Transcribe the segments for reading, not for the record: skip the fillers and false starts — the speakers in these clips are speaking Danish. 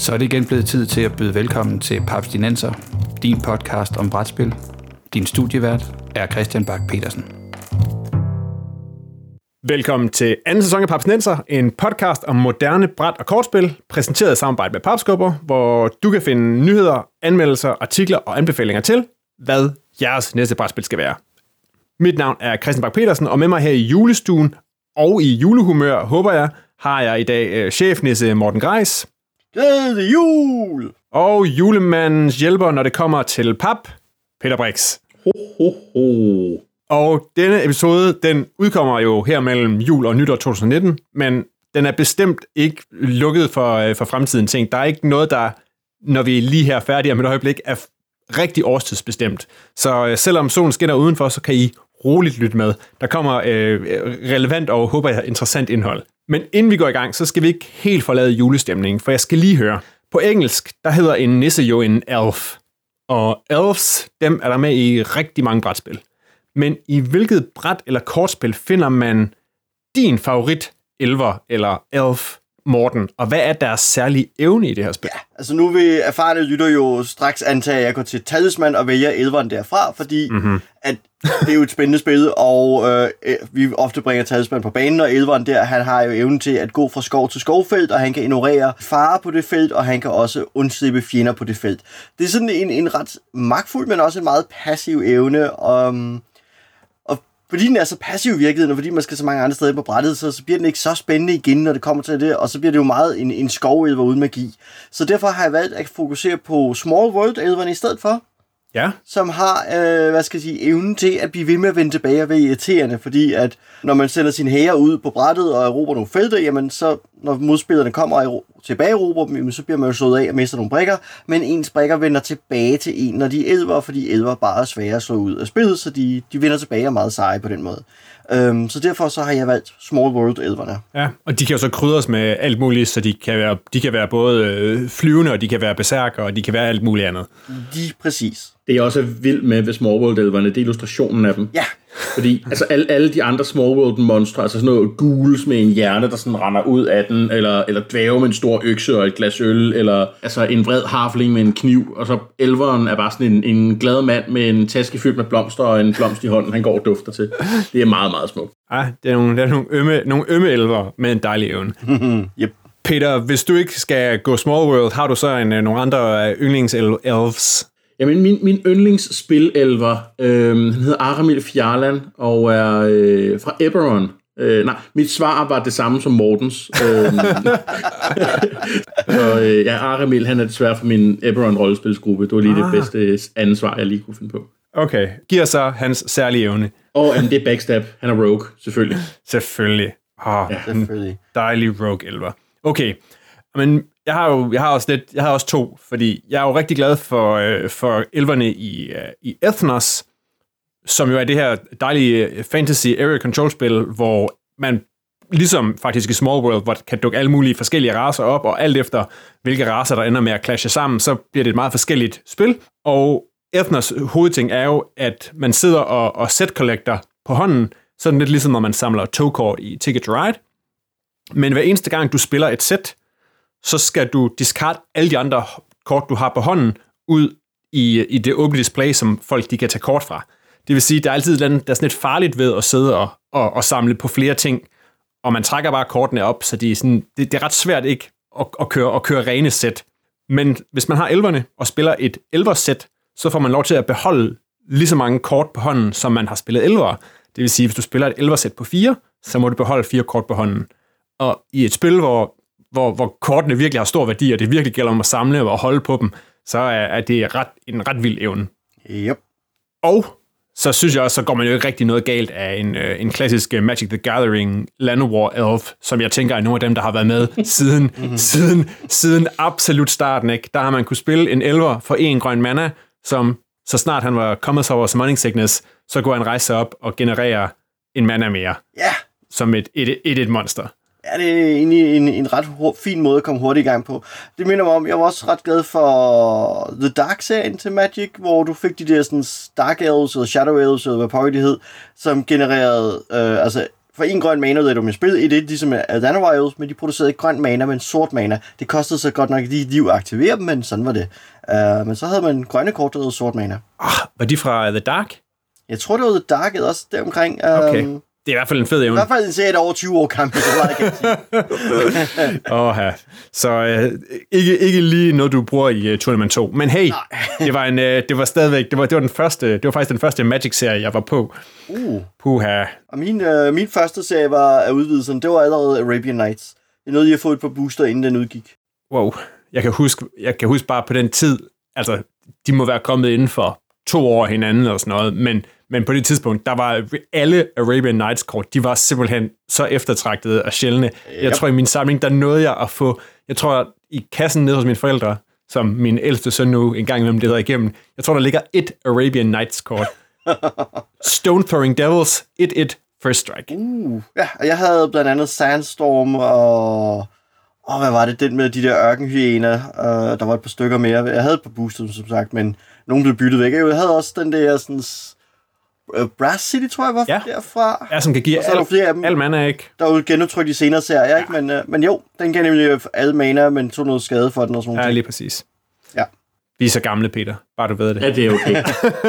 Så er det igen blevet tid til at byde velkommen til Papstinenser, din podcast om brætspil. Din studievært er Christian Bak Petersen. Velkommen til anden sæson af Papstinenser, en podcast om moderne bræt- og kortspil, præsenteret i samarbejde med Papskubber, hvor du kan finde nyheder, anmeldelser, artikler og anbefalinger til, hvad jeres næste brætspil skal være. Mit navn er Christian Bak Petersen, og med mig her i julestuen og i julehumør, håber jeg, har jeg i dag chefnisse Morten Greis. Glædelig jul! Og julemandens hjælper, når det kommer til pap, Peter Brix. Ho, ho, ho. Og denne episode, den udkommer jo her mellem jul og nytår 2019, men den er bestemt ikke lukket for fremtiden ting. Der er ikke noget, der, når vi lige her er færdige om et øjeblik, er rigtig årstidsbestemt. Så selvom solen skinner udenfor, så kan I roligt lytte med. Der kommer relevant og, håber jeg, interessant indhold. Men inden vi går i gang, så skal vi ikke helt forlade julestemningen, for jeg skal lige høre. På engelsk, der hedder en nisse jo en elf. Og elves, dem er der med i rigtig mange brætspil. Men i hvilket bræt eller kortspil finder man din favorit elver eller elf, Morten? Og hvad er deres særlige evne i det her spil? Ja, altså nu vil erfarne lytter jo straks antage, at jeg går til Talisman og vælger elveren derfra, fordi at det er jo et spændende spil, og vi ofte bringer Talisman på banen, og elveren der, han har jo evnen til at gå fra skov til skovfelt, og han kan ignorere farer på det felt, og han kan også undslippe fjender på det felt. Det er sådan en ret magtfuld, men også en meget passiv evne, og fordi den er så passiv i virkeligheden, og fordi man skal så mange andre steder på brættet, så bliver den ikke så spændende igen, når det kommer til det, og så bliver det jo meget en skovelver uden magi. Så derfor har jeg valgt at fokusere på Small World-elverne i stedet for, ja, som har, evnen til at blive ved med at vende tilbage og være irriterende, fordi at når man sender sine hære ud på brættet og erobrer nogle felter, jamen så, når modspillerne kommer og tilbage erobrer dem, så bliver man jo slået af og mister nogle brikker, men ens brikker vender tilbage til en, når de er elver, fordi elver bare er svære at slå ud af spillet, så de vender tilbage og er meget seje på den måde. Så derfor så har jeg valgt Small World-elverne. Ja, og de kan jo så krydres med alt muligt, så de kan være både flyvende, og de kan være berserker, og de kan være alt muligt andet. Lige præcis. Det jeg også er vild med ved Small World-elverne, det er illustrationen af dem. Ja. Fordi altså, alle de andre Small World-monstre, altså sådan noget ghouls med en hjerne, der sådan render ud af den, eller dvæve med en stor økse og et glas øl, eller altså en vred harfling med en kniv, og så elveren er bare sådan en glad mand med en taske fyldt med blomster og en blomst i hånden, han går og dufter til. Det er meget, meget smukt. Ja, det er nogle ømme elver med en dejlig evne. Yep. Peter, hvis du ikke skal gå Small World, har du så nogle andre yndlings-elves? Jamen, min yndlingsspilelver, han hedder Aramil Fjarland, og er fra Eberron. Mit svar var det samme som Mortens. Aramil, han er desværre fra min Eberron-rollespilsgruppe. Det var lige det bedste andet svar, jeg lige kunne finde på. Okay, giver så hans særlige evne. Det er backstab. Han er rogue, selvfølgelig. Selvfølgelig. Selvfølgelig. Dejlig rogue-elver. Okay, men jeg har også to, fordi jeg er jo rigtig glad for elverne i Ethnos, som jo er det her dejlige fantasy area control spil, hvor man ligesom faktisk i Small World, hvor kan dukke alle mulige forskellige racer op, og alt efter hvilke racer der ender med at clashe sammen, så bliver det et meget forskelligt spil. Og Ethnos hovedting er jo, at man sidder og set collector på hånden, sådan lidt ligesom når man samler togkort i Ticket to Ride. Men hver eneste gang du spiller et sæt, så skal du discard alle de andre kort, du har på hånden, ud i det åbne display, som folk de kan tage kort fra. Det vil sige, at der er altid der er sådan lidt farligt ved at sidde og samle på flere ting, og man trækker bare kortene op, så det er ret svært ikke at køre rene sæt. Men hvis man har elverne og spiller et elversæt, så får man lov til at beholde lige så mange kort på hånden, som man har spillet elver. Det vil sige, at hvis du spiller et elversæt på 4, så må du beholde 4 kort på hånden. Og i et spil, hvor kortene virkelig har stor værdi, og det virkelig gælder om at samle og holde på dem, så er det en ret vild evne. Yep. Og så synes jeg også, så går man jo ikke rigtig noget galt af en klassisk Magic the Gathering Llanowar Elf, som jeg tænker er nogle af dem, der har været med siden absolut starten. Ikke? Der har man kunne spille en elver for 1 grøn mana, som så snart han var kommet sig over Summoning Sickness, så kunne han rejse sig op og generere en mana mere. Ja. Som et monster. Ja, det er egentlig en ret fin måde at komme hurtigt i gang på. Det minder mig om, jeg var også ret glad for The Dark-serien til Magic, hvor du fik de der sådan Dark Elves, eller Shadow Elves, eller hvad pokker de hed, som genererede for en grøn mana ud af det spil, i det ligesom Adana Wild, men de producerede ikke grøn mana, men sort mana. Det kostede så godt nok lige liv at aktivere dem, men sådan var det. Men så havde man grønne kort, der hed sort mana. Var de fra The Dark? Jeg tror, det var The Dark, også deromkring. Okay. Det er i hvert fald en fed evne. I hvert fald en serie, der over 20 år gammel, så meget kan jeg sige. Så ikke lige noget, du bruger i Tournament 2. Men hey, det var stadigvæk, det var faktisk den første Magic-serie, jeg var på. Puha. Og min første serie var af udvidelsen, det var allerede Arabian Nights. Det er noget, jeg har fået et par booster, inden den udgik. Wow. Jeg kan huske bare på den tid, altså, de må være kommet inden for 2 år hinanden og sådan noget, men på det tidspunkt, der var alle Arabian Nights-kort, de var simpelthen så eftertragtede og sjældne. Yep. Jeg tror, i min samling, der nåede jeg at få, jeg tror, i kassen nede hos mine forældre, som min ældste søn nu en gang imellem leder igennem, jeg tror, der ligger 1 Arabian Nights-kort. Stone Throwing Devils, 1-1 First Strike. Ja, og jeg havde blandt andet Sandstorm og hvad var det, den med de der ørkenhyener, der var et par stykker mere. Jeg havde et par booster, som sagt, men nogen blev byttet væk. Jeg havde også den der sådan Brass City, tror jeg, var derfra. Ja, som kan give al mana, ikke? Der er jo genudtrykt i senere serier, ikke? Men jo, den kan nemlig alle mana, men tog noget skade for den og sådan noget. Ja, lige præcis. Ja. Vi er så gamle, Peter. Bare du ved det. Ja, det er okay.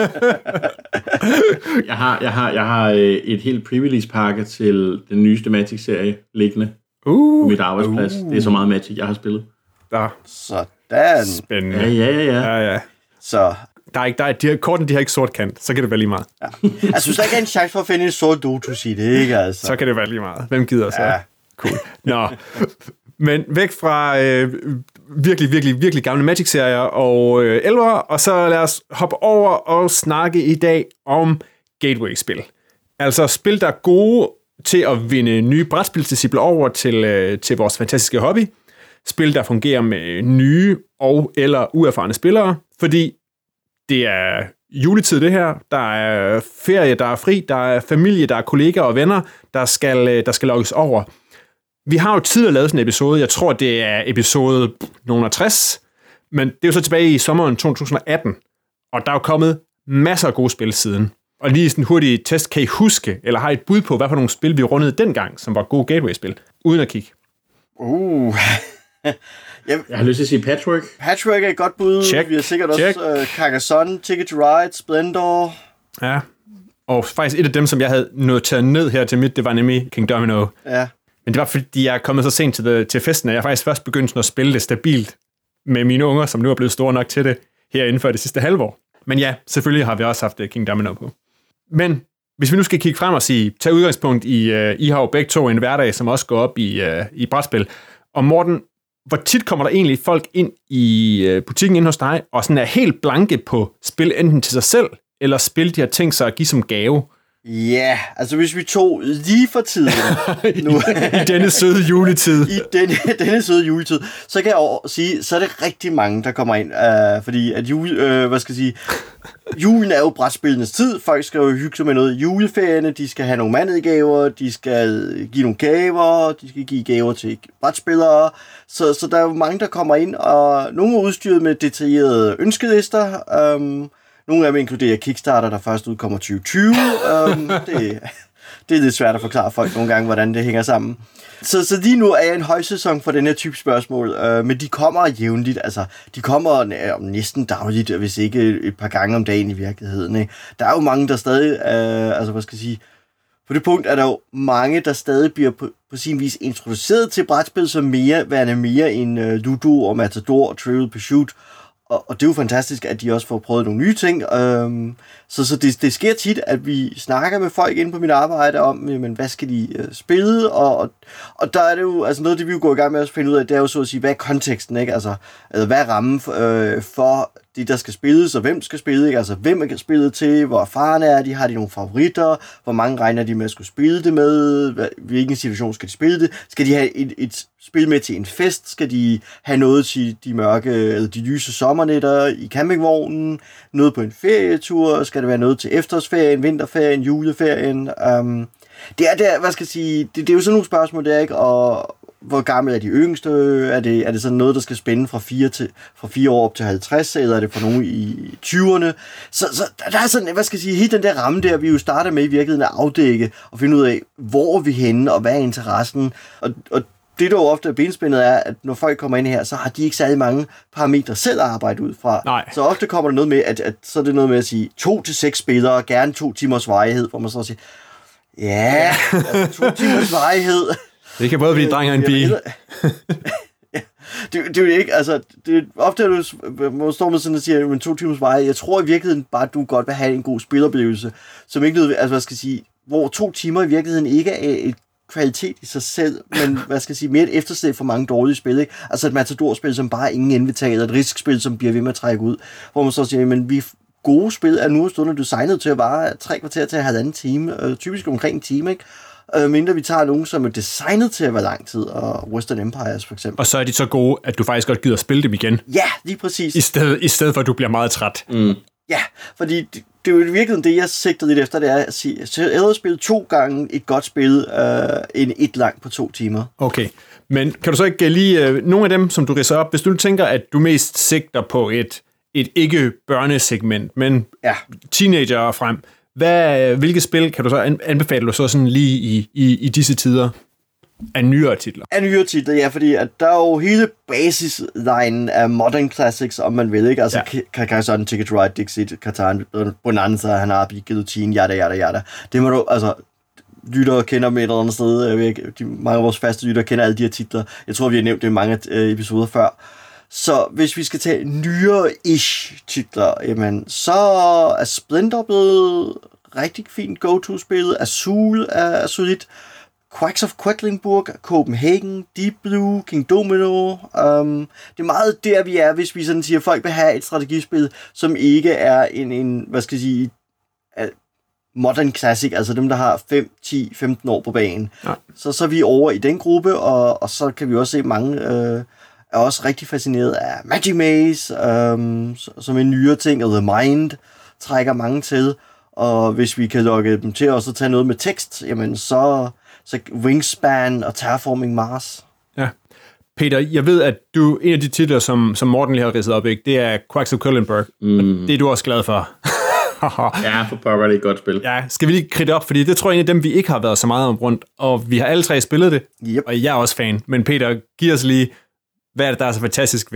jeg har et helt pre-release-pakke til den nyeste Magic-serie liggende på mit arbejdsplads. Det er så meget Magic, jeg har spillet. Ja. Sådan. Spændende. Ja. Så... Korten, de har ikke sort kant, så kan det være lige meget. Ja. Altså, hvis der ikke er en chance for at finde en sort Dotus i det, ikke altså? Så kan det være lige meget. Hvem gider så? Ja. Cool. Nå, men væk fra virkelig gamle Magic-serier og elver, og så lad os hoppe over og snakke i dag om gateway-spil. Altså spil, der er gode til at vinde nye brætspilsdiscipler over til vores fantastiske hobby. Spil, der fungerer med nye og eller uerfarne spillere, fordi det er juletid, det her. Der er ferie, der er fri, der er familie, der er kolleger og venner, der skal logges over. Vi har jo tidligere lavet sådan en episode, jeg tror, det er episode 60, men det er jo så tilbage i sommeren 2018, og der er jo kommet masser af gode spil siden. Og lige sådan en hurtig test, kan I huske, eller har I et bud på, hvad for nogle spil vi rundede dengang, som var gode gateway-spil, uden at kigge? Jeg har lyst til at sige Patchwork. Patchwork er et godt bud. Check. Vi har sikkert også Carcassonne, Ticket to Ride, Splendor. Ja, og faktisk et af dem, som jeg havde noteret ned her til mit, det var nemlig King Domino. Ja. Men det var, fordi jeg er kommet så sent til festen, at jeg faktisk først begyndte at spille det stabilt med mine unger, som nu er blevet store nok til det her inden for det sidste halvår. Men ja, selvfølgelig har vi også haft King Domino på. Men hvis vi nu skal kigge frem og sige, tage udgangspunkt i, I har jo begge to en hverdag, som også går op i brætspil. Og Morten, hvor tit kommer der egentlig folk ind i butikken inde hos dig, og sådan er helt blanke på spil enten til sig selv, eller spil, de har tænkt sig at give som gave? Ja, altså hvis vi tog lige for tiden nu. I denne søde juletid. I denne søde juletid, så kan jeg sige, så er det rigtig mange, der kommer ind, fordi at julen er jo brætspillenes tid. Folk skal jo hygge sig med noget i juleferierne, de skal have nogle mandelgaver, de skal give nogle gaver, de skal give gaver til brætspillere. Så der er jo mange, der kommer ind, og nogle er udstyret med detaljerede ønskelister. Nogle af dem inkluderer Kickstarter, der først udkommer 2020. Det er lidt svært at forklare folk nogle gange, hvordan det hænger sammen. Så lige nu er jeg en højsæson for den her type spørgsmål, men de kommer jævnligt. Altså, de kommer næsten dagligt, hvis ikke et par gange om dagen i virkeligheden. Ikke? Der er jo mange, der stadig, på det punkt er der jo mange, der stadig bliver på sin vis introduceret til brætspil som værende mere end Ludo og Matador og Trivial Pursuit. Og det er jo fantastisk, at de også får prøvet nogle nye ting. Så det sker tit, at vi snakker med folk inde på mit arbejde om, men hvad skal de spille? Og der er det jo, altså noget af det, vi jo går i gang med at finde ud af, det er jo så at sige, hvad er konteksten, ikke? Altså hvad er rammen for de, der skal spilles, og hvem skal spille, ikke? Altså hvem er spillet til, hvor erfarne er de, har de nogle favoritter, hvor mange regner de med at skulle spille det med, hvilken situation skal de spille det, skal de have et spil med til en fest, skal de have noget til de mørke, eller de lyse sommernætter i campingvognen, noget på en ferietur, skal det være noget til efterårsferien, vinterferien, juleferien, det er jo sådan nogle spørgsmål der, ikke? hvor gammel er de yngste? Er det sådan noget, der skal spænde fra 4 år op til 50, eller er det for nogen i 20'erne? Så der er sådan, hvad skal jeg sige, helt den der ramme der, vi jo starter med i virkeligheden at afdække og finde ud af, hvor er vi henne, og hvad er interessen? Og det, der jo ofte er benspændet, er, at når folk kommer ind her, så har de ikke særlig mange parametre selv at arbejde ud fra. Nej. Så ofte kommer der noget med, at så er det noget med at sige 2 til 6 spillere, gerne 2 timers varighed, hvor man så siger, ja, 2 timers varighed. Det kan både blive dreng og en pige. Det er jo ikke, altså, det er ofte, at du står med sådan og siger, men 2 timers varighed. Jeg tror i virkeligheden bare, at du godt vil have en god spiloplevelse, som ikke noget, altså, hvad skal jeg sige, hvor 2 timer i virkeligheden ikke er et kvalitet i sig selv, men hvad skal jeg sige, mere et efterslæb for mange dårlige spil, ikke? Altså et matadorspil, som bare ingen indbetaler, et riskspil, som bliver ved med at trække ud, hvor man så siger, men vi gode spil er nu stående designet til at vare 3 kvarter til 1,5 time, typisk omkring en time, ikke? Mindre vi tager nogen, som er designet til at være lang tid, og Western Empires for eksempel. Og så er de så gode, at du faktisk godt gider at spille dem igen. Ja, lige præcis. I stedet for, at du bliver meget træt. Ja, fordi det er jo virkelig det, jeg sigter lidt efter, det er at sige, så jeg hellere spille 2 gange et godt spil, end et langt på 2 timer. Okay, men kan du så ikke lige nogle af dem, som du ridser op, hvis du tænker, at du mest sigter på et ikke børnesegment, men teenager frem, hvilke spil kan du så anbefale du så sådan lige i disse tider? Af nyere titler. Af nyere titler, ja, fordi at der er jo hele basisline af modern classics, om man vil, ikke? Altså, Carcassonne, Ticket to Ride, Dixit, Catan, Bonanza, Hanabi, Guillotine, yada. Det må du, altså, lyttere kender med et eller andet sted. Mange af vores faste lyttere kender alle de her titler. Jeg tror, vi har nævnt det i mange episoder før. Så hvis vi skal tage nyere-ish titler, jamen, så er Splinter blevet rigtig fint go-to-spil. Azul er solidt. Quacks of Quedlinburg, Copenhagen, Deep Blue, King Domino. Det er meget der, vi er, hvis vi sådan siger, at folk vil have et strategispil, som ikke er en hvad skal jeg sige, modern classic, altså dem, der har 5, 10, 15 år på banen. Ja. Så er vi over i den gruppe, og så kan vi også se, mange er også rigtig fascineret af Magic Maze, som en nyere ting, og The Mind trækker mange til. Og hvis vi kan lokke dem til også at tage noget med tekst, jamen så Wingspan og Terraforming Mars. Ja. Peter, jeg ved, at du en af de titler, som Morten lige har ridset op, ikke? Det er Quacks of Quedlinburg. Det er du også glad for. Ja, for pokker, det er et godt spil. Ja, skal vi lige kridte op, fordi det tror jeg en af dem, vi ikke har været så meget om rundt, og vi har alle 3 spillet det, og jeg er også fan. Men Peter, giv os lige, hvad er det, der er så fantastisk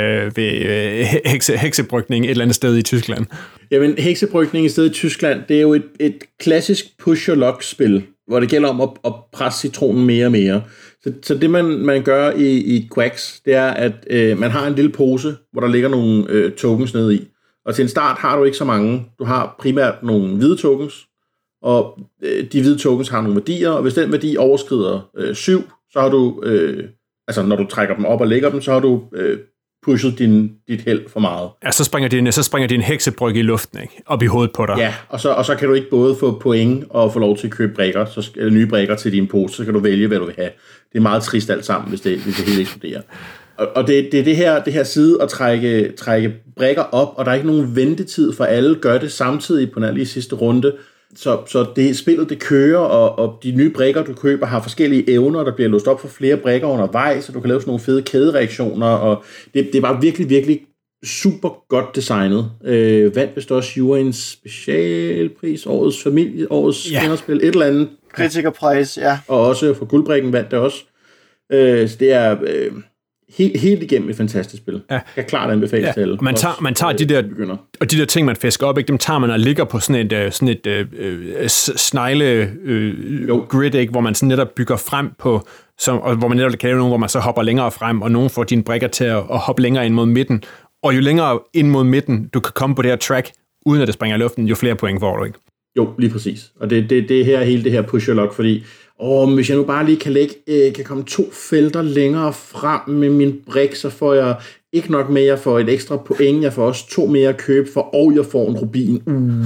ved heksebrygning et eller andet sted i Tyskland? Jamen, heksebrygning et sted i Tyskland, det er jo et klassisk push-your-luck-spil, hvor det gælder om at presse citronen mere og mere. Så det, man gør i Quacks, det er, at man har en lille pose, hvor der ligger nogle tokens nede i. Og til en start har du ikke så mange. Du har primært nogle hvide tokens, og de hvide tokens har nogle værdier, og hvis den værdi overskrider 7, så har du, altså når du trækker dem op og lægger dem, så har du pushet dit held for meget. Ja, så springer din heksebryg i luften, ikke? Op i hovedet på dig. Ja, og så kan du ikke både få point og få lov til at købe brikker, eller nye brikker til din pose, så kan du vælge, hvad du vil have. Det er meget trist alt sammen, hvis det hele eksploderer. Og det er det her side at trække brikker op, og der er ikke nogen ventetid, for alle gør det samtidig på den lige sidste runde. Så spillet det kører, og de nye brikker, du køber, har forskellige evner, der bliver låst op for flere brikker undervejs, så du kan lave sådan nogle fede kædereaktioner, og det var virkelig, virkelig super godt designet. Vandt vist også Juryens specialpris, årets familie, årets spillerspil, et eller andet. Kritikerpris, ja. Og også for guldbrikken vandt det også. Så det er helt igennem et fantastisk spil. Ja. Jeg kan klart anbefale til alle. Man tager de der ting, man fisker op, ikke? Dem tager man og ligger på sådan et snegle grid, ikke? Hvor man sådan netop bygger frem på, og hvor man netop kan lave nogen, hvor man så hopper længere frem, og nogen får dine brikker til at hoppe længere ind mod midten. Og jo længere ind mod midten, du kan komme på det her track, uden at det springer i luften, jo flere point får du, ikke? Jo, lige præcis. Og det er her hele det her push-your-luck, fordi hvis jeg nu bare lige kan komme 2 felter længere frem med min brik, så får jeg ikke nok mere, jeg får et ekstra point, jeg får også 2 mere at købe for, og jeg får en rubin.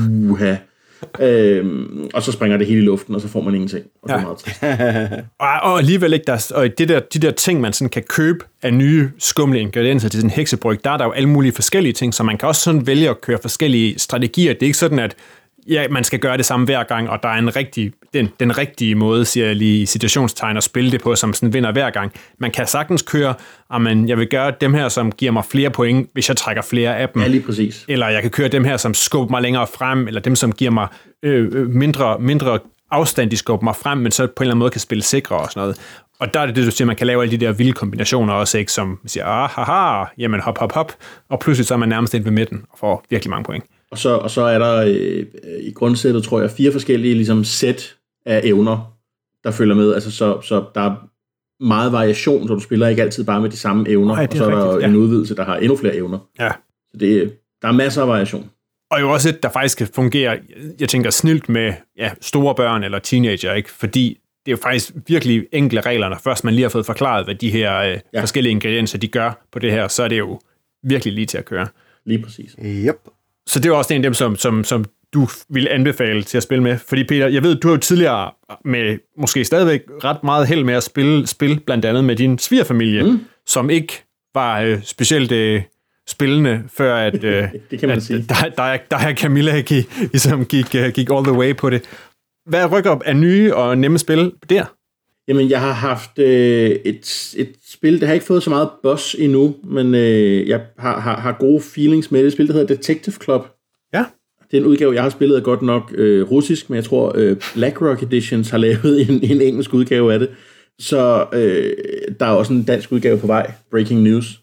Og så springer det hele i luften, og så får man ingenting. Og det er meget trist. Og alligevel ikke, de der ting, man sådan kan købe af nye skumle ingredienser til sådan en heksebryg, der er der jo alle mulige forskellige ting, så man kan også sådan vælge at køre forskellige strategier. Det er ikke sådan, at ja, man skal gøre det samme hver gang, og der er den rigtige måde, siger jeg lige i situationstegn, at spille det på, som sådan vinder hver gang. Man kan sagtens køre, jeg vil gøre dem her, som giver mig flere point, hvis jeg trækker flere af dem. Ja, lige præcis. Eller jeg kan køre dem her, som skubber mig længere frem, eller dem, som giver mig mindre afstand, de skubber mig frem, men så på en eller anden måde kan spille sikre og sådan noget. Og der er det, du siger, man kan lave alle de der vilde kombinationer også, ikke? Som siger, haha, jamen hop, og pludselig så er man nærmest ind ved midten og får virkelig mange point. Og så er der i grundsættet, tror jeg, 4 forskellige ligesom, sæt af evner, der følger med. Altså, så der er meget variation, så du spiller ikke altid bare med de samme evner. Og så er der en udvidelse, der har endnu flere evner. Ja. Så der er masser af variation. Og jo også et, der faktisk kan fungere, jeg tænker, snilt med store børn eller teenager, ikke? Fordi det er jo faktisk virkelig enkle regler, når først man lige har fået forklaret, hvad de her forskellige ingredienser, de gør på det her, så er det jo virkelig lige til at køre. Lige præcis. Yep. Så det er også en af dem, som du vil anbefale til at spille med. Fordi Peter, jeg ved, du har jo tidligere med måske stadigvæk ret meget held med at spille blandt andet med din svigerfamilie, som ikke var specielt spillende, før at, det kan man sige. Der her Camilla gik all the way på det. Hvad rykker op af nye og nemme spil der? Jamen, jeg har haft et spil, det har ikke fået så meget buzz endnu, men jeg har gode feelings med det. Spil, der hedder Detective Club. Ja. Det er en udgave, jeg har spillet godt nok russisk, men jeg tror BlackRock Editions har lavet en engelsk udgave af det. Så der er også en dansk udgave på vej. Breaking news.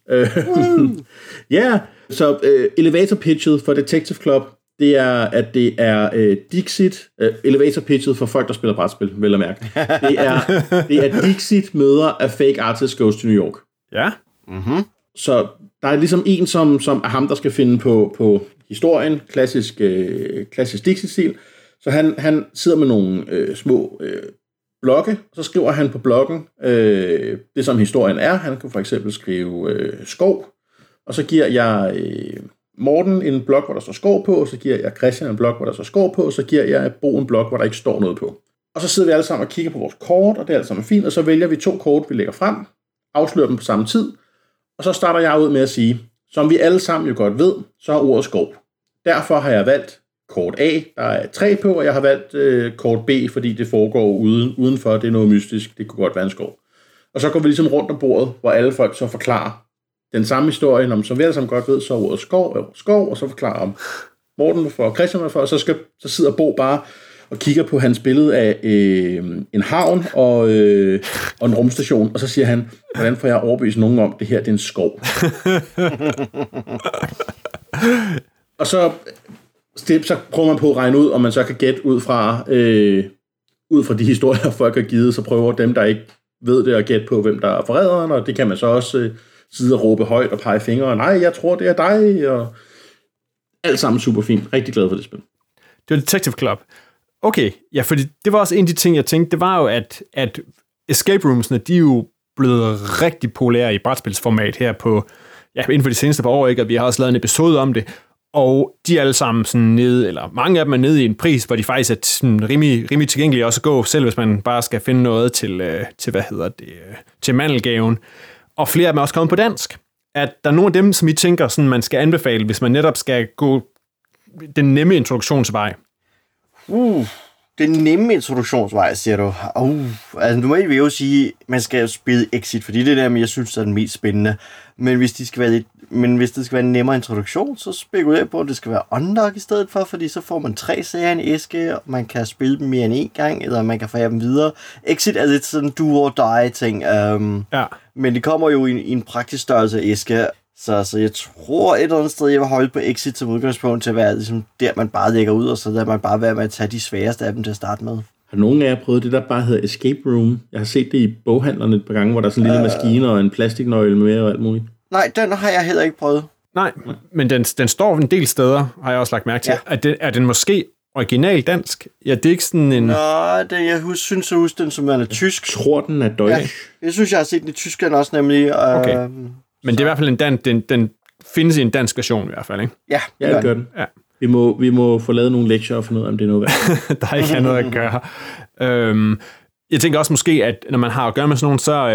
Ja, så elevator pitchet for Detective Club, det er, at det er Dixit, elevator pitchet for folk, der spiller brætspil, vel at mærke. Det er Dixit møder A Fake Artist Goes to New York. Ja. Mm-hmm. Så der er ligesom en, som er ham, der skal finde på historien, klassisk Dixit-stil. Så han sidder med nogle små blokke, og så skriver han på blokken det, som historien er. Han kan for eksempel skrive skov, og så giver jeg Morten en blok, hvor der står skov på, og så giver jeg Christian en blok, hvor der står skov på, og så giver jeg Bo en blok, hvor der ikke står noget på. Og så sidder vi alle sammen og kigger på vores kort, og det er alt sammen fint, og så vælger vi 2 kort, vi lægger frem, afslører dem på samme tid, og så starter jeg ud med at sige, som vi alle sammen jo godt ved, så er ordet skov. Derfor har jeg valgt kort A, der er 3 på, og jeg har valgt kort B, fordi det foregår udenfor, det er noget mystisk, det kunne godt være en skov. Og så går vi ligesom rundt om bordet, hvor alle folk så forklarer den samme historie, som vi alle sammen godt ved, så er ordet skov, og så forklarer om Morten hvorfor, Christian hvorfor, og så sidder Bo bare og kigger på hans billede af en havn og en rumstation, og så siger han, hvordan får jeg overbevist nogen om, det her det er en skov? Og så prøver man på at regne ud, om man så kan gætte ud fra de historier, folk har givet, så prøver dem, der ikke ved det, at gætte på, hvem der er forræderen, og det kan man så også sidde og råbe højt og pege fingre, nej, jeg tror, det er dig, og alt sammen super fint. Rigtig glad for det spil. Det var Detective Club. Okay, ja, fordi det var også en af de ting, jeg tænkte, det var jo, at escape roomsene, de er jo blevet rigtig populære i brætspilsformat her på, inden for de seneste par år, ikke? Og vi har også lavet en episode om det, og de er alle sammen sådan nede, eller mange af dem er nede i en pris, hvor de faktisk er sådan rimelig tilgængelige også at gå, selv hvis man bare skal finde noget til mandelgaven. Og flere af dem er også kommet på dansk. At der er nogle af dem, som I tænker, sådan, man skal anbefale, hvis man netop skal gå den nemme introduktionsvej. Den nemme introduktionsvej, siger du. Altså, nu må I jo sige, man skal spille Exit, fordi det er der, jeg synes, er den mest spændende. Men hvis det skal være en nemmere introduktion, så spekulerer jeg på, at det skal være unlock i stedet for, fordi så får man 3 serier i en æske, og man kan spille dem mere end 1 gang, eller man kan få dem videre. Exit er lidt sådan do or die ting. Men det kommer jo i en praktisk størrelse af æske, så jeg tror et eller andet sted, jeg vil holde på Exit som udgangspunkt til at være ligesom der, man bare lægger ud, og så lader man bare være med at tage de sværeste af dem til at starte med. Har nogen af jer prøvet det, der bare hedder Escape Room? Jeg har set det i boghandlerne et par gange, hvor der er sådan en lille maskine og en plastiknøgle med og alt muligt. Nej, den har jeg heller ikke prøvet. Nej, men den står en del steder, har jeg også lagt mærke til. Ja. Er den måske original dansk? Ja, det er ikke sådan en... jeg synes den som er tysk. Jeg tror, den er deutsch. Ja, jeg synes, jeg har set den i Tyskland også nemlig. Okay. Men det er i hvert fald den findes i en dansk version i hvert fald, ikke? Ja, det gør den. Ja. Vi må få lavet nogle lektier og finde ud af, om det er noget værd. Der er ikke noget at gøre. Jeg tænker også måske, at når man har at gøre med sådan nogen, så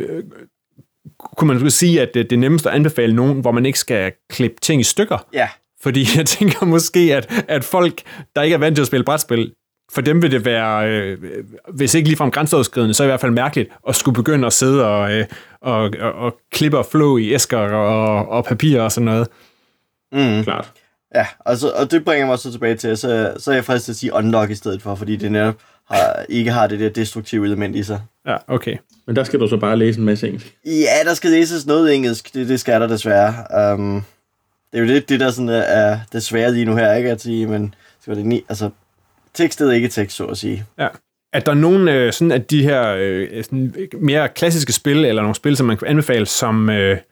kunne man sige, at det er nemmest at anbefale nogen, hvor man ikke skal klippe ting i stykker. Ja. Fordi jeg tænker måske, at folk, der ikke er vant til at spille brætspil, for dem vil det være, hvis ikke ligefrem grænseoverskridende, så i hvert fald mærkeligt at skulle begynde at sidde og klippe og flå i æsker og papir og sådan noget. Klart. Ja, altså, og det bringer mig så tilbage til, så er jeg frisk til at sige unlock i stedet for, fordi det netop ikke har det der destruktive element i sig. Ja, okay. Men der skal du så bare læse en masse engelsk. Ja, der skal læses noget engelsk, det skal der desværre. Det er jo lidt det, der sådan er det svære lige nu her, ikke at sige, men altså, tekstet er ikke tekst, så at sige. Ja. Er der nogen sådan af de her sådan mere klassiske spil, eller nogle spil, som man kan anbefale, som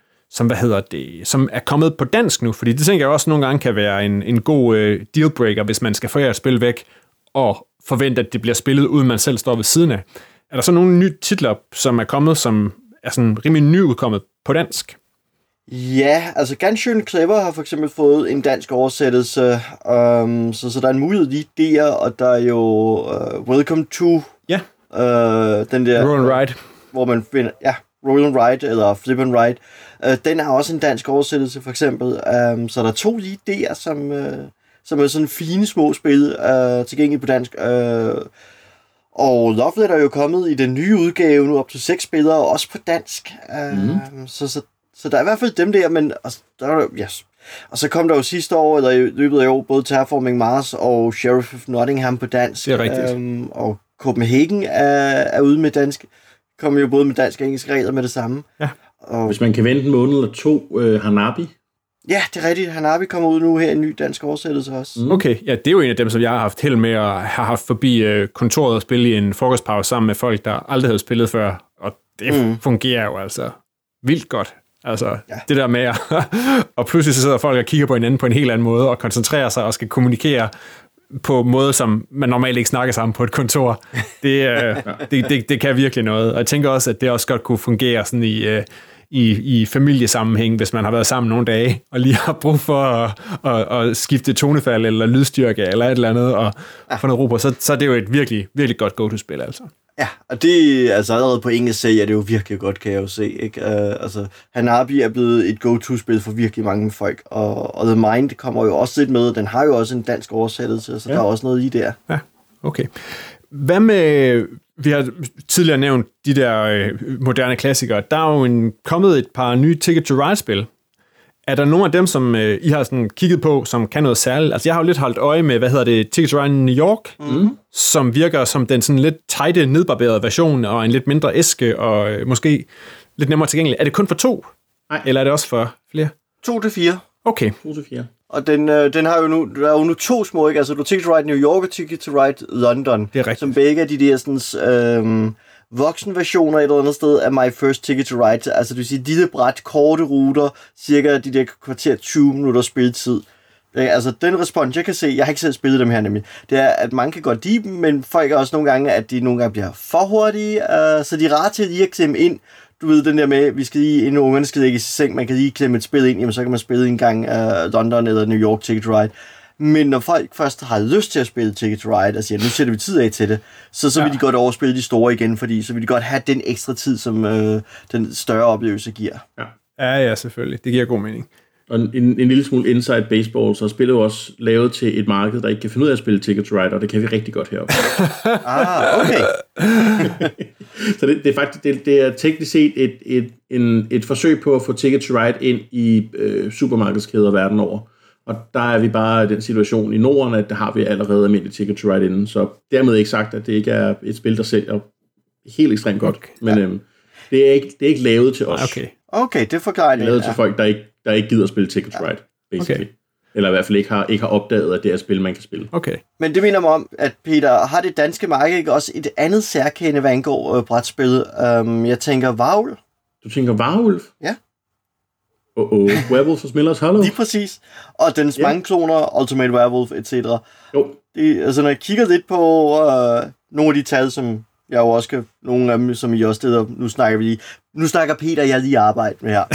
er kommet på dansk nu? Fordi det tænker jeg også nogle gange kan være en god dealbreaker, hvis man skal få et spil væk, og forvente, at det bliver spillet, uden man selv står ved siden af. Er der så nogle nye titler, som er kommet, som er sådan rimelig nyudkommet på dansk? Ja, altså Ganshun Clever har for eksempel fået en dansk oversættelse, så der er en mulighed lige der, og der er jo Welcome to den der... Roll and Ride. Hvor man finder... Ja, Roll and Ride, eller Flip and Ride. Den har også en dansk oversættelse, for eksempel. Så der er 2 lige der, som er sådan fine små spil, tilgængelige på dansk. Og Love Letter er jo kommet i den nye udgave nu op til 6 spillere, også på dansk. Så der er i hvert fald dem der, men og så kom der jo sidste år, eller i løbet af år, både Terraforming Mars og Sheriff of Nottingham på dansk. Det er rigtigt. Og Copenhagen er ude med dansk. Kommer jo både med dansk og engelsk regler med det samme. Ja. Og hvis man kan vente en måned eller 2, Hanabi. Ja, det er rigtigt. Hanabi kommer ud nu her i en ny dansk oversættelse også. Okay, ja, det er jo en af dem, som jeg har haft held med at have haft forbi kontoret og spille i en frokostpause sammen med folk, der aldrig havde spillet før. Og det fungerer jo altså vildt godt. Altså, det der med og pludselig så sidder folk og kigger på hinanden på en helt anden måde, og koncentrerer sig og skal kommunikere på måder, som man normalt ikke snakker sammen på et kontor. Det kan virkelig noget. Og jeg tænker også, at det også godt kunne fungere sådan i familiesammenhæng, hvis man har været sammen nogle dage, og lige har brug for at skifte tonefald, eller lydstyrke, eller et eller andet, og få noget ro på, så er det jo et virkelig, virkelig godt go-to-spil, altså. Ja, og det altså allerede på engelsk er det jo virkelig godt, kan jeg jo se, ikke? Altså, Hanabi er blevet et go-to-spil for virkelig mange folk, og The Mind kommer jo også lidt med, den har jo også en dansk oversættelse, så der er også noget i der. Ja, okay. Hvad med, vi har tidligere nævnt de der moderne klassikere, der er jo kommet et par nye Ticket to Ride-spil. Er der nogle af dem, som I har sådan kigget på, som kan noget særligt? Altså, jeg har jo lidt holdt øje med, Ticket to Ride New York, som virker som den sådan lidt tighte, nedbarberede version, og en lidt mindre æske, og måske lidt nemmere tilgængelig. Er det kun for 2? Nej. Eller er det også for flere? 2-4. Okay. 2-4. Og den har jo nu, der er jo nu 2 små, ikke? Altså, du Ticket to Ride New York og Ticket to Ride London. Det er rigtigt. Som begge er de der sådan, voksenversioner et eller andet sted af My First Ticket to Ride. Altså, det vil sige, lille bræt, korte ruter, cirka de der kvarter 20 minutter spilletid. Altså, den respons, jeg kan se, jeg har ikke selv spillet dem her nemlig, det er, at mange kan godt lide dem, men folk er også nogle gange, at de nogle gange bliver for hurtige, så de er rare til lige at klemme ind. Du ved, den der med, vi skal lige, inden ungerne skal ikke i seng, man kan lige klemme et spil ind, jamen så kan man spille en gang London eller New York Ticket to Ride. Men når folk først har lyst til at spille Ticket to Ride, og siger, nu sætter vi tid af til det, så vil de godt overspille de store igen, fordi så vil de godt have den ekstra tid, som den større oplevelse giver. Ja, selvfølgelig. Det giver god mening. Og en lille smule inside baseball, så spiller jo også lavet til et marked, der ikke kan finde ud af at spille Ticket to Ride, og det kan vi rigtig godt heroppe. Okay. Så det er faktisk det er teknisk set et forsøg på at få Ticket to Ride ind i supermarkedskæder verden over. Og der er vi bare i den situation i Norden, at der har vi allerede almindeligt Ticket to Ride inden. Så dermed ikke sagt, at det ikke er et spil, der sælger helt ekstremt godt. Okay. Men det er ikke lavet til os. Okay, det forklarer det. Det er lavet til folk, der ikke gider at spille Ticket to Ride, basically. Okay. Eller i hvert fald ikke har opdaget, at det er et spil, man kan spille. Okay. Men det minder mig om, at Peter, har det danske marked ikke også et andet særkende, hvad angår brætspil? Jeg tænker Varulv. Du tænker Varulv? Ja. Werewolf for Smillers Hollow? Lige præcis. Og dens mange kloner, Ultimate Werewolf, etc. Jo. Altså, når jeg kigger lidt på nogle af de tal, som jeg jo også kan, nogle af dem, som I også steder, nu snakker Peter, jeg lige arbejde med her.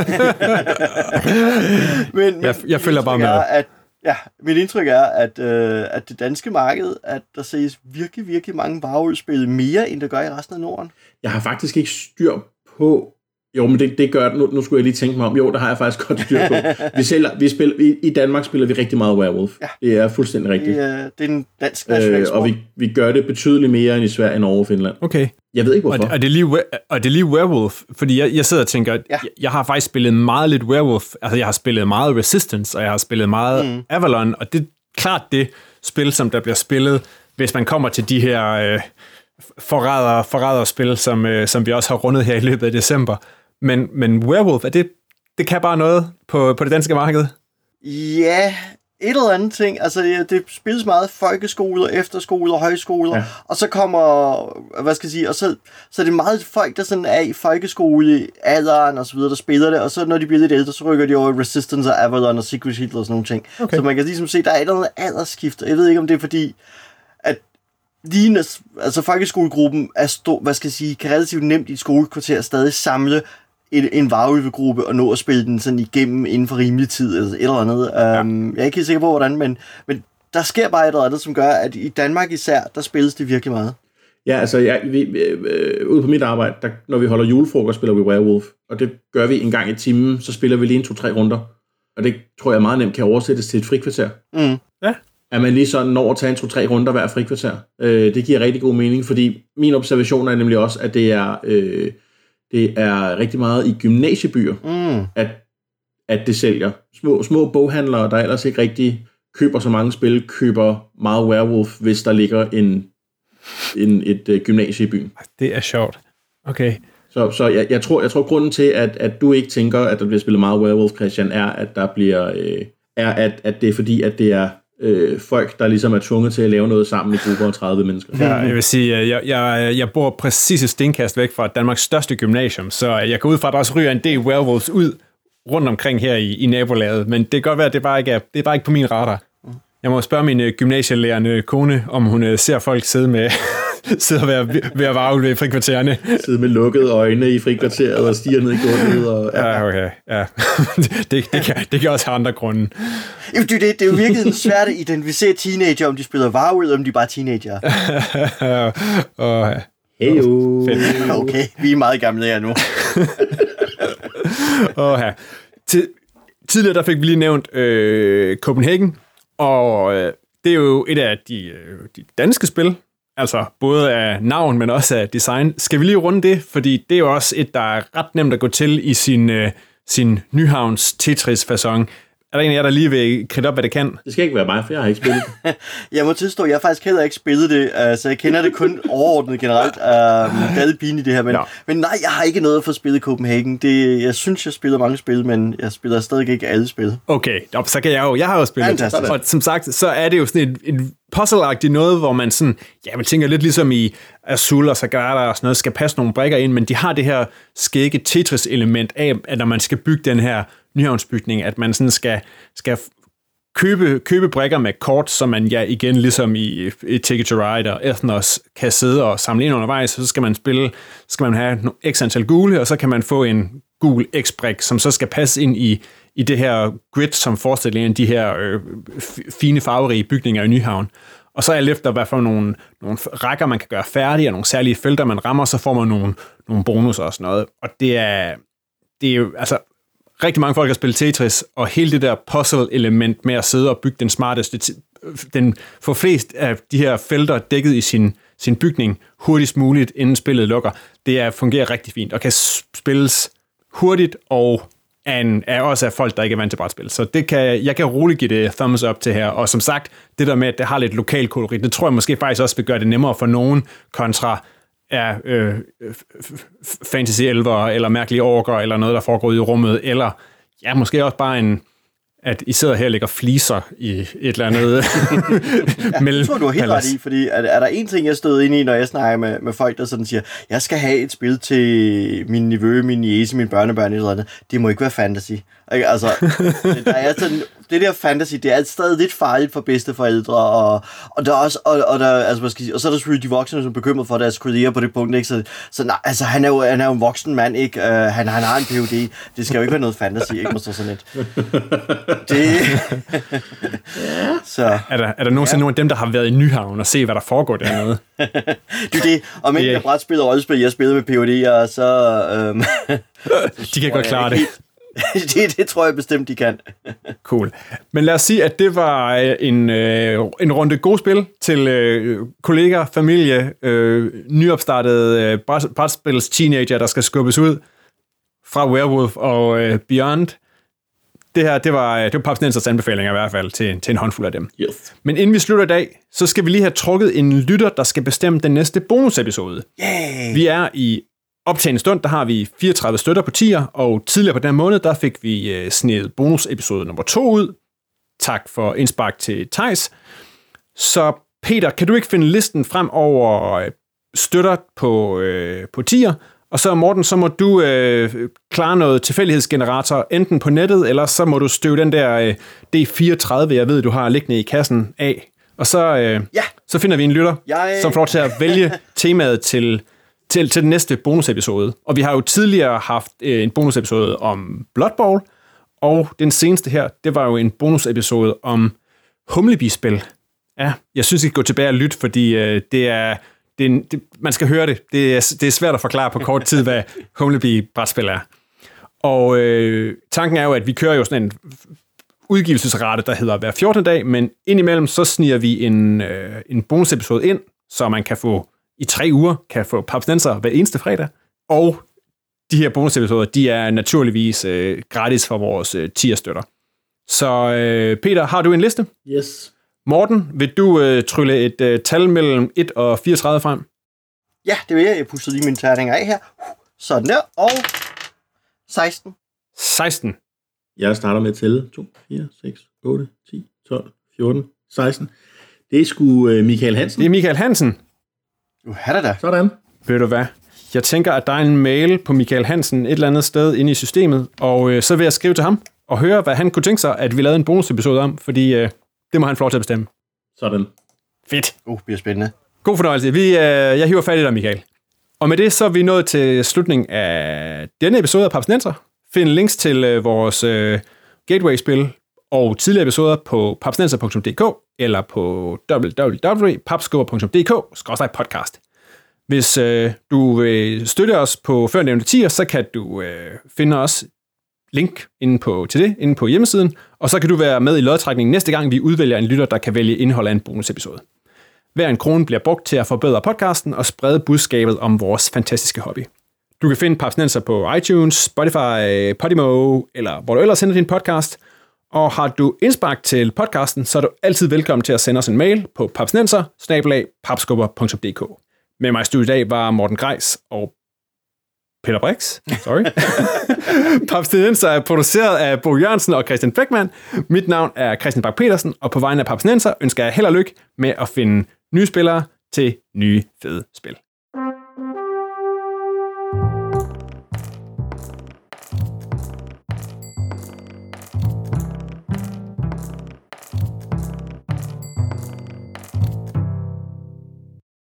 men jeg følger bare med. Mit indtryk er, at det danske marked, at der ses virkelig, virkelig mange varulvspil mere, end der gør i resten af Norden. Jeg har faktisk ikke styr på, Jo, men det gør det. Nu skulle jeg lige tænke mig om. Jo, der har jeg faktisk godt styr på. I Danmark spiller vi rigtig meget Werewolf. Ja. Det er fuldstændig rigtigt. Det er en dansk nationalsport. Og vi gør det betydeligt mere end i Sverige, Norge og Finland. Okay. Jeg ved ikke, hvorfor. Og det er lige Werewolf, fordi jeg sidder og tænker, jeg har faktisk spillet meget lidt Werewolf. Altså, jeg har spillet meget Resistance, og jeg har spillet meget Avalon, og det er klart det spil, som der bliver spillet, hvis man kommer til de her forræderspil, som vi også har rundet her i løbet af december. Men Werewolf, det kan bare noget på det danske marked? Ja, et eller andet ting. Altså, det spilles meget folkeskoler, efterskoler, højskoler, og så kommer, hvad skal jeg sige, og så er det meget folk, der sådan er i folkeskolealderen og så videre, der spiller det, og så når de bliver lidt ældre, så rykker de over Resistance og Avalon og Secret Hitler og sådan nogle ting. Okay. Så man kan ligesom se, der er et eller andet aldersskift. Jeg ved ikke, om det er fordi, at altså folkeskolegruppen er hvad skal jeg sige, kan relativt nemt i et skolekvarter stadig samle en varulvegruppe og nå at spille den sådan igennem inden for rimelig tid eller et eller andet. Jeg er ikke helt sikker på, hvordan, men der sker bare et eller andet, som gør, at i Danmark især, der spilles det virkelig meget. Ja, altså ude på mit arbejde, når vi holder julefrokost, spiller vi Werewolf, og det gør vi en gang i timen, så spiller vi lige 2-3 runder, og det tror jeg meget nemt kan oversættes til et frikvarter. Ja. At man lige sådan når at tage 2-3 runder hver frikvarter. Det giver rigtig god mening, fordi min observation er nemlig også, at det er rigtig meget i gymnasiebyer, at det sælger. Små boghandlere, der ellers ikke rigtig køber så mange spil, køber meget Werewolf, hvis der ligger et gymnasie i byen. Det er sjovt. Okay. Så jeg tror grunden til, at du ikke tænker, at der bliver spillet meget Werewolf, Christian, er, at der bliver at det er fordi, at det er folk, der ligesom er tvunget til at lave noget sammen i grupper af 30 mennesker. Ja, jeg vil sige, jeg bor præcis et stenkast væk fra Danmarks største gymnasium, så jeg går ud fra, at der også ryger en del Werewolves ud rundt omkring her i nabolaget, men det kan godt være, at det er bare ikke på min radar. Jeg må spørge min gymnasielærende kone, om hun ser folk sidde og være ved at varve i frikvartererne. Sidde med lukkede øjne i frikvarteret og stiger ned i gulvet. Og, ja, okay. Ja. det kan også have andre grunde. Jamen, det er jo virkelig svært at identificere teenager, om de spiller varve, eller om de bare er teenager. Heyo. Okay, vi er meget gamle her nu. Tidligere der fik vi lige nævnt Copenhagen, og det er jo et af de danske spil, altså både af navn, men også af design. Skal vi lige runde det? Fordi det er jo også et, der er ret nemt at gå til i sin Nyhavns Tetris-facon. Er der en af jer, der lige vil kridte op, hvad det kan? Det skal ikke være mig, for jeg har ikke spillet det. Jeg må tilstå, jeg har faktisk heller ikke spillet det, så jeg kender det kun overordnet generelt. Det er lidt pinligt det her, men nej, jeg har ikke noget for at spille Copenhagen. Jeg synes, jeg spiller mange spil, men jeg spiller stadig ikke alle spil. Okay, så kan jeg har jo spillet. Fantastisk. Og som sagt, så er det jo sådan en puzzle-agtigt noget, hvor man sådan, man tænker lidt ligesom i Azul og Sagrada og sådan noget, skal passe nogle brikker ind, men de har det her skægge Tetris-element af, at når man skal bygge den her Nyhavnsbygning, at man sådan skal købe brikker med kort, så man igen ligesom i Ticket to Ride og Ethnos kan sidde og samle ind undervejs, så skal man have x antal gule, og så kan man få en gul X-brik, som så skal passe ind i det her grid, som forestiller en de her fine farverige bygninger i Nyhavn. Og så alt efter, hvad for nogle rækker, man kan gøre færdige, og nogle særlige felter, man rammer, så får man nogle bonusser og sådan noget. Og det er jo, altså, rigtig mange folk har spillet Tetris, og hele det der puzzle-element med at sidde og bygge den smarteste, få flest af de her felter dækket i sin bygning hurtigst muligt, inden spillet lukker, det fungerer rigtig fint, og kan spilles hurtigt, og er også af folk, der ikke er vant til brætspil. Så jeg kan roligt give det thumbs up til her, og som sagt, det der med, at det har lidt lokal kolorit, det tror jeg måske faktisk også vil gøre det nemmere for nogen kontra fantasy-elver, eller mærkelige orker, eller noget, der foregår i rummet, eller måske også bare at I sidder her og lægger fliser i et eller andet jeg tror, du har helt ret i, fordi er der en ting, jeg stod ind i, når jeg snakker med folk, der sådan siger, jeg skal have et spil til min nevø, min niece, min børnebørn, eller andet. Det må ikke være fantasy. Altså, der er sådan det der fantasy, det er stadig lidt farligt for bedsteforældre, og der er også, og der, altså, hvad skal jeg sige, og så er der selvfølgelig de voksne, som er bekymret for deres karriere på det punkt, ikke? Så nej, altså, han er jo en voksen mand, ikke? Han har en PhD. Det skal jo ikke være noget fantasy, ikke? Måske sådan lidt. Det... så. Er der nogensinde nogen af dem, der har været i Nyhavn og se, hvad der foregår dernede? det. Og mens jeg brætspil og rollespil, jeg spiller med PhD'er, så... de kan godt klare det. Det tror jeg bestemt, de kan. Cool. Men lad os sige, at det var en runde god spil til kolleger, familie, nyopstartede brætspils teenager, der skal skubbes ud fra Werewolf og Beyond. Det her, det var Papsnensers anbefalinger i hvert fald til en håndfuld af dem. Yes. Men inden vi slutter i dag, så skal vi lige have trukket en lytter, der skal bestemme den næste bonusepisode. Yay! Vi er i optagende stund, der har vi 34 støtter på tier, og tidligere på den måned, der fik vi snedet bonusepisode nummer 2 ud. Tak for indspark til Theis. Så Peter, kan du ikke finde listen frem over støtter på tier? Og så Morten, så må du klare noget tilfældighedsgenerator, enten på nettet, eller så må du støve den der D34, jeg ved, du har liggende i kassen af. Og så, så finder vi en lytter, som får lov til at vælge temaet til den næste bonusepisode. Og vi har jo tidligere haft en bonusepisode om Blood Bowl, og den seneste her, det var jo en bonusepisode om Humlebi-spil. Ja, jeg synes, I skal gå tilbage og lytte, fordi man skal høre det. Det er svært at forklare på kort tid, hvad Humlebi-brætspil er. Og tanken er jo, at vi kører jo sådan en udgivelsesrate, der hedder hver 14. dag, men indimellem så sniger vi en bonusepisode ind, så man kan få i 3 uger, kan få Papsnenser hver eneste fredag. Og de her bonusepisoder, de er naturligvis gratis for vores tierstøtter. Så Peter, har du en liste? Yes. Morten, vil du trylle et tal mellem 1 og 34 frem? Ja, det vil jeg. Jeg puster lige mine terninger af her. Sådan der. Og 16. 16. Jeg starter med at tælle. 2, 4, 6, 8, 10, 12, 14, 16. Det er sgu Michael Hansen. Det er Michael Hansen. Da. Sådan. Ved du hvad? Jeg tænker, at der er en mail på Michael Hansen et eller andet sted inde i systemet, og så vil jeg skrive til ham og høre, hvad han kunne tænke sig, at vi lavede en bonusepisode om, fordi det må han få lov til at bestemme. Sådan. Fedt. Bliver spændende. God fornøjelse. Jeg hiver fat i dig, Michael. Og med det, så er vi nået til slutningen af denne episode af Papsnenser. Find links til vores Gateway-spil og tidligere episoder på papsnenser.dk eller på www.papskubber.dk/podcast. Hvis du vil støtte os på førnævnte tier, så kan du finde os link inde på hjemmesiden, og så kan du være med i lodtrækningen næste gang, vi udvælger en lytter, der kan vælge indhold af en bonusepisode. Hver en krone bliver brugt til at forbedre podcasten og sprede budskabet om vores fantastiske hobby. Du kan finde Papsnenser på iTunes, Spotify, Podimo, eller hvor du ellers sender din podcast. Og har du indspark til podcasten, så er du altid velkommen til at sende os en mail på papsnenser@papskubber.dk. Med mig i studiet i dag var Morten Greis og Peter Brix. Sorry. Papsnenser er produceret af Bo Jørgensen og Christian Beckmann. Mit navn er Christian Bak Petersen, og på vegne af Papsnenser ønsker jeg held og lykke med at finde nye spillere til nye fede spil.